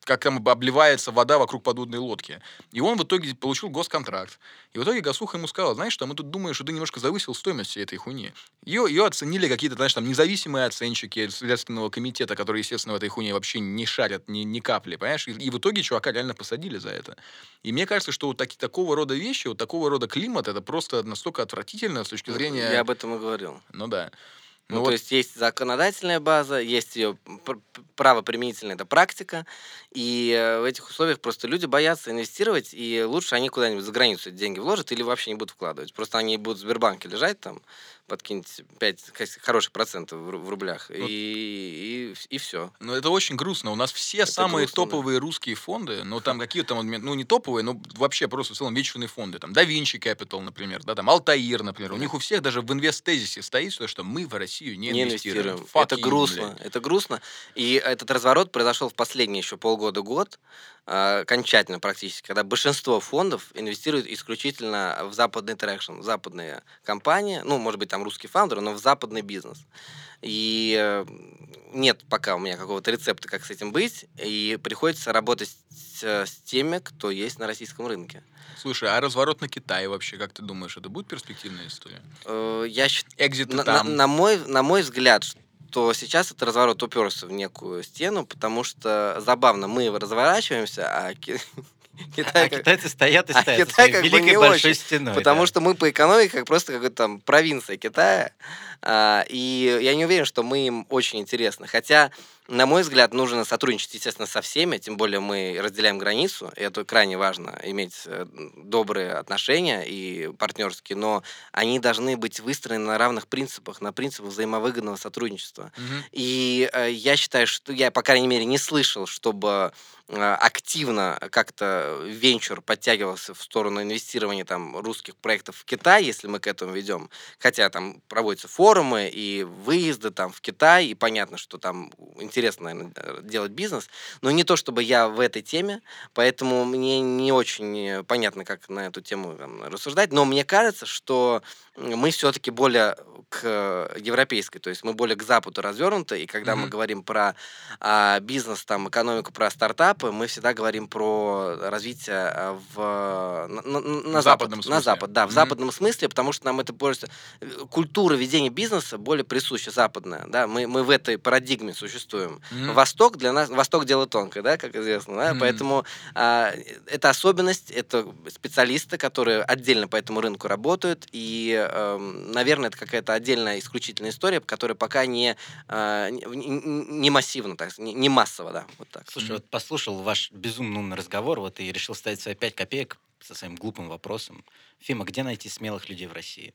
S2: как там обливается вода вокруг подводной лодки. И он в итоге получил госконтракт. И в итоге Госуха ему сказал: знаешь что, мы тут думаем, что ты немножко завысил стоимость всей этой хуйни. Ее оценили какие-то, знаешь, там независимые оценщики Следственного комитета, которые, естественно, в этой хуйне вообще не шарят ни капли, понимаешь? И в итоге чувака реально посадили за это. И мне кажется, что вот такого рода вещи, вот такого рода климат, это просто настолько отвратительно с точки
S4: Я
S2: зрения...
S4: об этом и говорил.
S2: Ну да.
S4: Ну,
S2: Ну
S4: то
S2: вот,
S4: есть есть законодательная база, есть ее правоприменительная, это практика, и в этих условиях просто люди боятся инвестировать, и лучше они куда-нибудь за границу эти деньги вложат или вообще не будут вкладывать. Просто они будут в Сбербанке лежать там, подкинуть 5 хороших процентов в рублях,
S2: вот,
S4: и все.
S2: ну, это очень грустно. У нас все
S4: Это
S2: самые
S4: грустно, да.
S2: топовые русские фонды, ну, там какие там, ну, не топовые, но вообще просто в целом вечные фонды. Там Da Vinci Capital, например, да, там Altair, например. У
S4: Да.
S2: них у всех даже в инвест-тезисе стоит, что мы в Россию не
S4: Не
S2: инвестируем.
S4: инвестируем.
S2: Fuck
S4: Это
S2: you,
S4: грустно.
S2: блядь.
S4: Это грустно. И этот разворот произошел в последние еще полгода-год, окончательно практически, когда большинство фондов инвестируют исключительно в западный трекшн, в западные компании, ну, может быть, там русские фаундеры, но в западный бизнес. И нет пока у меня какого-то рецепта, как с этим быть, и приходится работать с теми, кто есть на российском рынке.
S2: Слушай, а разворот на Китай вообще, как ты думаешь, это будет перспективная история?
S4: Я считаю,
S2: Экзиты там.
S4: на мой взгляд, что сейчас этот разворот уперся в некую стену, потому что забавно, мы разворачиваемся, а Китай
S3: А китайцы стоят и
S4: а
S3: стоят со
S4: Китай
S3: своей
S4: как бы
S3: великой
S4: не
S3: большой
S4: очень,
S3: стеной.
S4: потому
S3: Да.
S4: что мы по экономике как просто какая-то там провинция Китая, и я не уверен, что мы им очень интересны. Хотя, на мой взгляд, нужно сотрудничать, естественно, со всеми, тем более мы разделяем границу, и это крайне важно, иметь добрые отношения и партнерские, но они должны быть выстроены на равных принципах, на принципах взаимовыгодного сотрудничества.
S2: Мгм.
S4: И я считаю, что я, по крайней мере, не слышал, чтобы активно как-то венчур подтягивался в сторону инвестирования там русских проектов в Китай, если мы к этому ведем. Хотя там проводятся форумы и выезды там в Китай, и понятно, что там интересно, наверное, делать бизнес, но не то, чтобы я в этой теме, поэтому мне не очень понятно, как на эту тему там рассуждать, но мне кажется, что мы все-таки более к европейской, то есть мы более к Западу развернуты, и когда мы
S2: Мгм.
S4: говорим про бизнес, там, экономику, про стартапы, мы всегда говорим про развитие на
S2: В
S4: Запад.
S2: западном
S4: На
S2: смысле.
S4: Запад, да, в
S2: Мгм.
S4: западном смысле, потому что нам это просто... Культура ведения бизнеса более присуща западная, да, мы в этой парадигме существуем.
S2: Мгм.
S4: Восток для нас... Восток дело тонкое, да, как известно, да,
S2: Мгм.
S4: поэтому это особенность, это специалисты, которые отдельно по этому рынку работают, и, наверное, это какая-то отдельная исключительная история, которая пока не массивно, так, не массово, да, вот так.
S3: Слушай,
S2: Мгм.
S3: вот послушал ваш безумно умный разговор, вот и решил ставить свои 5 копеек со своим глупым вопросом. Фима, где найти смелых людей в России?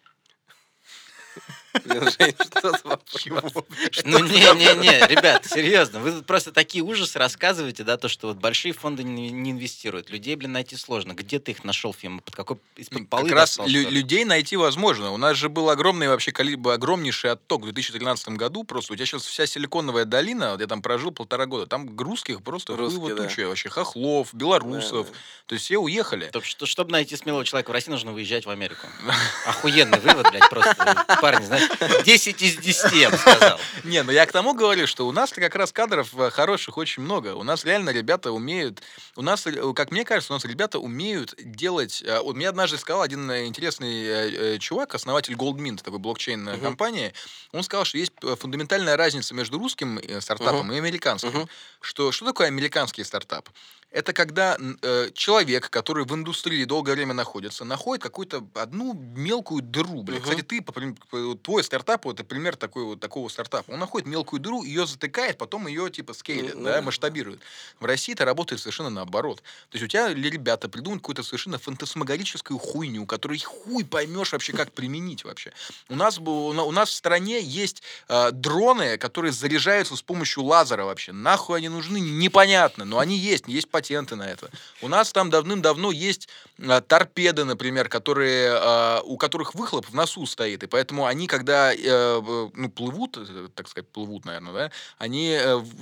S4: Блин, Жень, что за вопрос?
S2: Чего?
S3: Ну, не, ребят, серьезно, вы тут просто такие ужасы рассказываете, да, то, что вот большие фонды не инвестируют. Людей, блин, найти сложно. Где ты их нашел, Фима? Под какой, из-под полы
S2: Как раз
S3: достал, что ли?
S2: людей найти возможно. У нас же был огромный вообще огромнейший отток в 2013 году. Просто у тебя сейчас вся силиконовая долина, вот я там прожил 1,5 года, там русских просто
S4: Русские,
S2: хуево
S4: да.
S2: туча. Вообще хохлов,
S4: Да,
S2: белорусов.
S4: да.
S2: То есть все уехали.
S3: Чтобы найти смелого человека в России, нужно выезжать в Америку. Охуенный вывод, блядь, просто. Парни, знаешь, 10 из 10, я бы сказал.
S2: Не, ну я к тому говорю, что у нас как раз кадров хороших очень много. У нас реально ребята умеют... У нас, как мне кажется, у нас ребята умеют делать... Вот мне однажды сказал один интересный чувак, основатель Goldmint, такой блокчейн-компании. Он сказал, что есть фундаментальная разница между русским стартапом и американским.
S4: Мгм.
S2: Что такое американский стартап? Это когда человек, который в индустрии долгое время находится, находит какую-то одну мелкую дыру. Блин.
S4: Мгм.
S2: Кстати, твой стартап, это пример такого стартапа. Он находит мелкую дыру, ее затыкает, потом ее типа скейлит,
S4: Ну
S2: да,
S4: да.
S2: масштабирует. В России это работает совершенно наоборот. То есть у тебя ребята придумают какую-то совершенно фантасмагорическую хуйню, которую хуй поймешь вообще, как применить вообще. У нас в стране есть дроны, которые заряжаются с помощью лазера вообще. Нахуй они нужны, непонятно, но они есть патенты на это. У нас там давным-давно есть торпеды, например, у которых выхлоп в носу стоит, и поэтому они, когда плывут, так сказать, плывут, наверное, да, они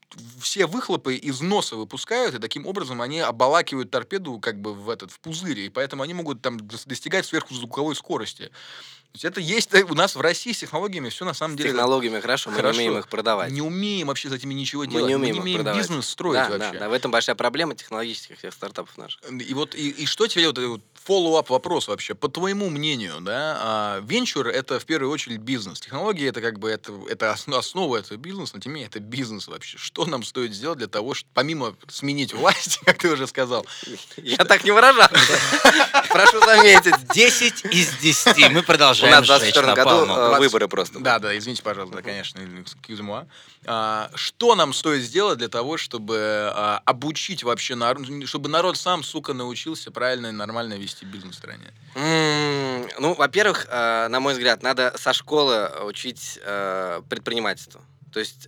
S2: все выхлопы из носа выпускают, и таким образом они обволакивают торпеду как бы в пузырь, и поэтому они могут там достигать сверхзвуковой скорости. То есть это есть у нас в России с технологиями все на самом
S4: С
S2: деле
S4: технологиями хорошо, мы не умеем их продавать.
S2: не умеем вообще с этими ничего
S4: Мы
S2: делать.
S4: не
S2: Мы
S4: умеем
S2: не
S4: их
S2: умеем
S4: продавать.
S2: бизнес строить
S4: Да,
S2: вообще.
S4: в этом большая проблема технологических всех стартапов наших.
S2: И что теперь вот follow-up вопрос вообще? По твоему мнению, да, венчур — это в первую очередь бизнес. Технологии — это как бы это основа этого бизнеса, но тем не менее это бизнес вообще. Что нам стоит сделать для того, чтобы помимо сменить власть, как ты уже сказал?
S4: Я так не выражался. Прошу заметить.
S3: 10 из 10. Мы
S4: У
S3: продолжаем
S4: нас в
S3: жечь
S4: 2024 году
S3: напалмом.
S4: выборы просто.
S2: Да, извините, пожалуйста, конечно, excuse moi. Что нам стоит сделать для того, чтобы обучить вообще народ, чтобы народ сам, сука, научился правильно и нормально вести бизнес в стране?
S4: Ну, во-первых, на мой взгляд, надо со школы учить предпринимательству. То есть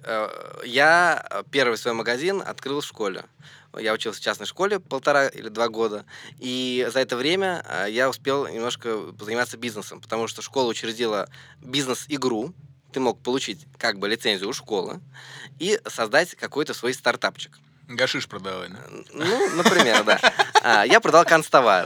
S4: я первый свой магазин открыл в школе. Я учился в частной школе 1,5 или 2 года, и за это время я успел немножко заниматься бизнесом, потому что школа учредила бизнес-игру. Ты мог получить как бы лицензию у школы и создать какой-то свой стартапчик.
S2: Гашиш продавай, да?
S4: Ну, например, да. Я продал канцтовары.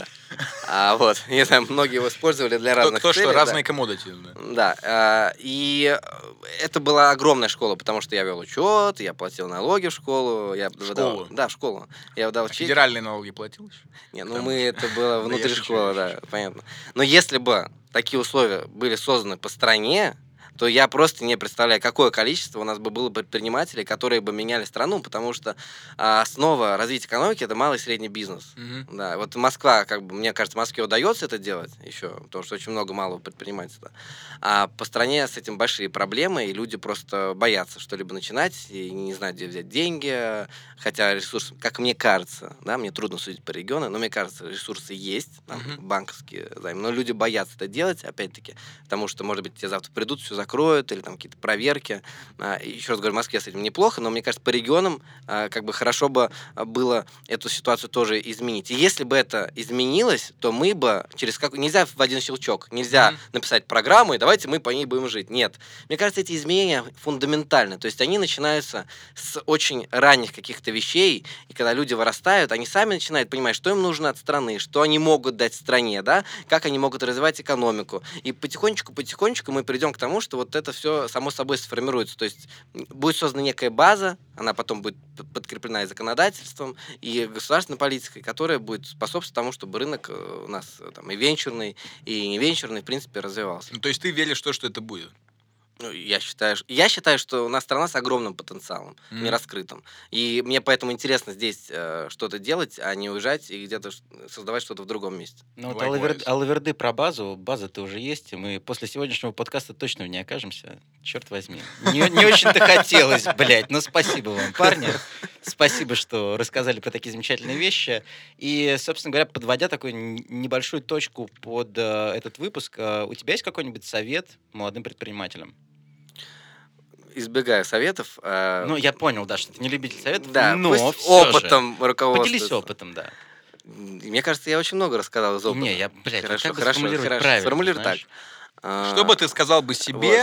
S4: Вот. Не знаю, многие его использовали для разных
S2: Что,
S4: целей.
S2: разные commodity, да.
S4: Да. И это была огромная школа, потому что я вел учет, я платил налоги в школу.
S2: Школу?
S4: Да, в школу. Я выдал чеки.
S2: Федеральные налоги платил еще?
S4: Не,
S2: Потому
S4: это было внутри
S2: шучу,
S4: школы,
S2: я
S4: да,
S2: шучу.
S4: понятно. Но если бы такие условия были созданы по стране, то я просто не представляю, какое количество у нас бы было предпринимателей, которые бы меняли страну, потому что основа развития экономики — это малый и средний бизнес.
S2: Мгм.
S4: Да, вот Москва, как бы, мне кажется, Москве удается это делать еще, потому что очень много малого предпринимательства. А по стране с этим большие проблемы, и люди просто боятся что-либо начинать и не знают, где взять деньги, хотя ресурсы, как мне кажется, да, мне трудно судить по региону, но мне кажется, ресурсы есть, там,
S2: Мгм.
S4: банковские займы, но люди боятся это делать, опять-таки, потому что, может быть, тебе завтра придут, все закроют, или там какие-то проверки. И еще раз говорю, в Москве с этим неплохо, но мне кажется, по регионам как бы хорошо бы было эту ситуацию тоже изменить. И если бы это изменилось, то мы бы нельзя в один щелчок, нельзя
S2: Мгм.
S4: написать программу, и давайте мы по ней будем жить. Нет. Мне кажется, эти изменения фундаментальны. То есть они начинаются с очень ранних каких-то вещей, и когда люди вырастают, они сами начинают понимать, что им нужно от страны, что они могут дать стране, да, как они могут развивать экономику. И потихонечку мы придем к тому, что вот это все само собой сформируется. То есть будет создана некая база, она потом будет подкреплена и законодательством, и государственной политикой, которая будет способствовать тому, чтобы рынок у нас там и венчурный, и не венчурный, в принципе, развивался.
S2: Ну, то есть ты веришь в то, что это будет?
S4: Ну, я считаю, что у нас страна с огромным потенциалом,
S2: Мгм.
S4: нераскрытым. И мне поэтому интересно здесь что-то делать, а не уезжать и где-то создавать что-то в другом месте.
S3: Ну вот
S2: Likewise.
S3: алаверды про базу. База-то уже есть, и мы после сегодняшнего подкаста точно в ней окажемся. Черт возьми. Не очень-то хотелось, блядь. Но спасибо вам, парни. Спасибо, что рассказали про такие замечательные вещи. И, собственно говоря, подводя такую небольшую точку под этот выпуск, у тебя есть какой-нибудь совет молодым предпринимателям?
S4: Избегаю советов.
S3: Ну, я понял, да, что ты не любитель советов,
S4: Да,
S3: но
S4: пусть
S3: всё же.
S4: опытом руководствуются.
S3: Поделись опытом, да.
S4: Мне кажется, я очень много рассказал из опыта.
S3: Не, я, блядь, вот
S4: Хорошо,
S3: как бы
S4: хорошо,
S3: сформулировать
S4: хорошо.
S3: правильно,
S4: Сформулируй так.
S3: знаешь?
S2: Что бы ты сказал бы себе,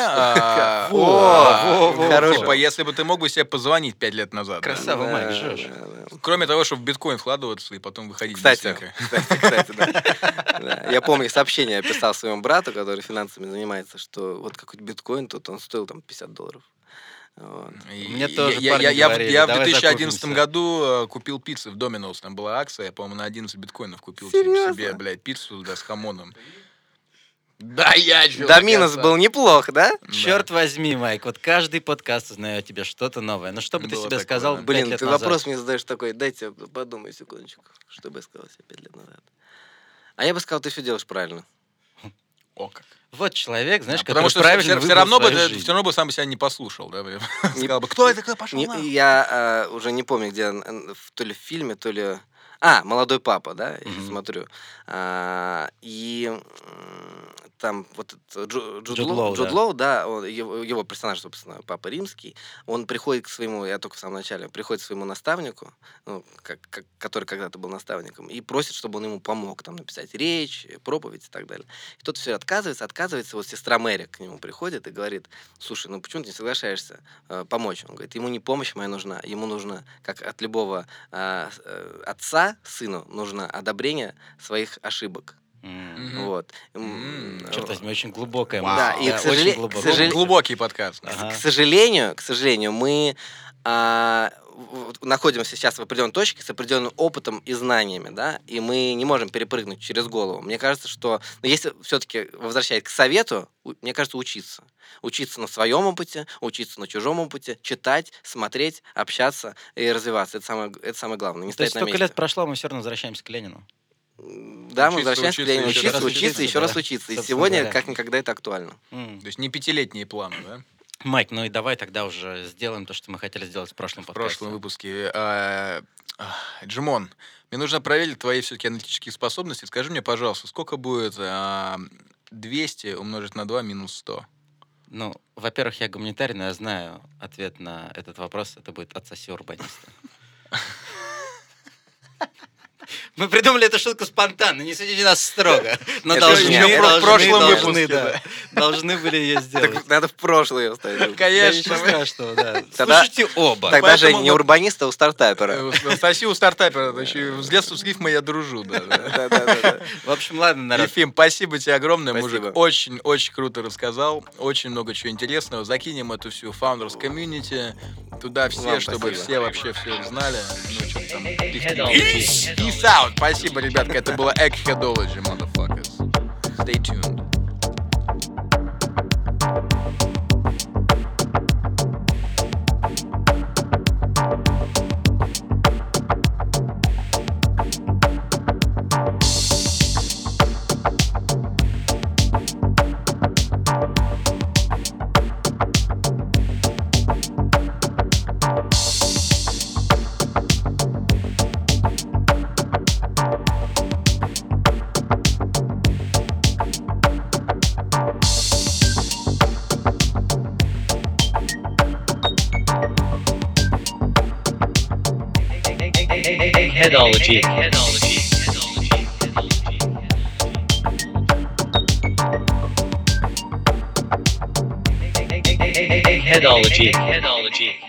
S3: Во,
S4: хорошо.
S2: типа, если бы ты мог бы себе позвонить 5 лет назад? Да?
S3: Красава, Майк,
S4: Да,
S3: жжёшь.
S4: да.
S2: Кроме того, чтобы в биткоин вкладываться и потом выходить
S4: Кстати,
S2: быстренько.
S4: да. Я помню, сообщение я писал своему брату, который финансами занимается, что вот какой-то биткоин, тут он стоил там $50. Вот.
S3: Мне тоже
S2: Я
S3: парни говорили,
S2: в
S3: давай
S2: 2011
S3: закупимся.
S2: году купил пиццы в Домино's, там была акция, я, по-моему, на 11 биткоинов купил
S4: Серьезно?
S2: себе, блядь, пиццу, да, с хамоном. Да, я чё,
S4: Доминус был неплох, да?
S3: Черт возьми, Майк, вот каждый подкаст узнает тебе что-то новое. Но что бы ты
S2: Было
S3: себе
S2: такое,
S3: сказал
S2: да.
S3: 5
S4: Блин,
S3: лет
S4: ты
S3: назад?
S4: вопрос мне задаешь такой, дайте подумай секундочку, что бы я сказал себе 5 лет назад. А я бы сказал, ты все делаешь правильно.
S2: О, как.
S3: Вот человек, знаешь,
S2: Да, потому
S3: который
S2: что
S3: правильно
S2: все
S3: выбрал
S2: равно бы
S3: свою жизнь.
S2: все равно бы сам себя не послушал, да, блин.
S4: Не-
S2: Сказал бы, кто это, кто пошел
S4: Я уже не помню, где, то ли в фильме, то ли... «Молодой папа», да, я
S3: Мгм.
S4: смотрю. там вот этот
S3: Джуд Лоу,
S4: Джуд
S3: да.
S4: Лоу, да, его персонаж, собственно, Папа Римский, он приходит к своему, я только в самом начале, приходит к своему наставнику, ну, который когда-то был наставником, и просит, чтобы он ему помог там написать речь, проповедь и так далее. И тот все отказывается, вот сестра Мэри к нему приходит и говорит: слушай, ну почему ты не соглашаешься помочь? Он говорит: ему не помощь моя нужна, ему нужно, как от любого отца сыну, нужно одобрение своих ошибок.
S3: М.
S4: Вот.
S3: Черт возьми, очень глубокая
S2: Вау.
S3: мысль.
S4: Да, и,
S3: Да,
S4: к
S3: очень
S4: сожалению,
S3: глубокая.
S2: Глубокий подкаст.
S3: Ага.
S4: к сожалению, мы находимся сейчас в определенной точке с определенным опытом и знаниями, да, и мы не можем перепрыгнуть через голову. Мне кажется, что, если все-таки возвращаясь к совету, мне кажется, учиться. Учиться на своем опыте, учиться на чужом опыте, читать, смотреть, общаться и развиваться. Это самое главное. Не
S3: То есть
S4: стоять на
S3: столько
S4: месте.
S3: лет прошло, мы все равно возвращаемся к Ленину.
S4: Да, мы
S2: Учиться,
S4: возвращаемся к
S2: учиться,
S4: Ленину.
S2: еще
S4: Учиться,
S2: раз
S4: учиться,
S3: учиться,
S4: еще
S3: да.
S4: раз учиться. И
S3: Собственно
S4: сегодня,
S3: говоря.
S4: как никогда, это актуально.
S2: То есть не пятилетние планы, да?
S3: Майк, ну и давай тогда уже сделаем то, что мы хотели сделать в прошлом
S2: В
S3: подкасте.
S2: прошлом выпуске. Джимон, мне нужно проверить твои все-таки аналитические способности. Скажи мне, пожалуйста, сколько будет 200 умножить на 2 минус 100?
S3: Ну, во-первых, я гуманитарий, но я знаю ответ на этот вопрос. Это будет «Отсоси урбаниста». Мы придумали эту шутку спонтанно, не судите нас строго. Но
S4: Это
S3: должны,
S4: еще в
S2: прошлом
S3: должны,
S2: выпуске,
S3: да. Должны были ее сделать.
S4: Так надо в прошлое ее вставить.
S3: Да ничего
S2: Конечно.
S3: страшного, да.
S4: Тогда-
S3: Слушайте оба.
S4: Тогда же
S2: Поэтому
S4: не
S2: мы-
S4: урбаниста, а у стартапера.
S2: Стасю у стартапера. С детства с рифмой я дружу. Да.
S4: Да-да-да.
S3: В общем, ладно, народ.
S2: Ефим, спасибо тебе огромное,
S4: Спасибо.
S2: мужик. Очень-очень круто рассказал. Очень много чего интересного. Закинем эту всю Founders Community туда все,
S4: Вам
S2: чтобы
S4: спасибо.
S2: все вообще все знали. Ну, что там.
S1: Headology.
S2: Peace out. Спасибо, ребятка. Это было Headology, motherfuckers. Stay tuned.
S1: Headology. Headology.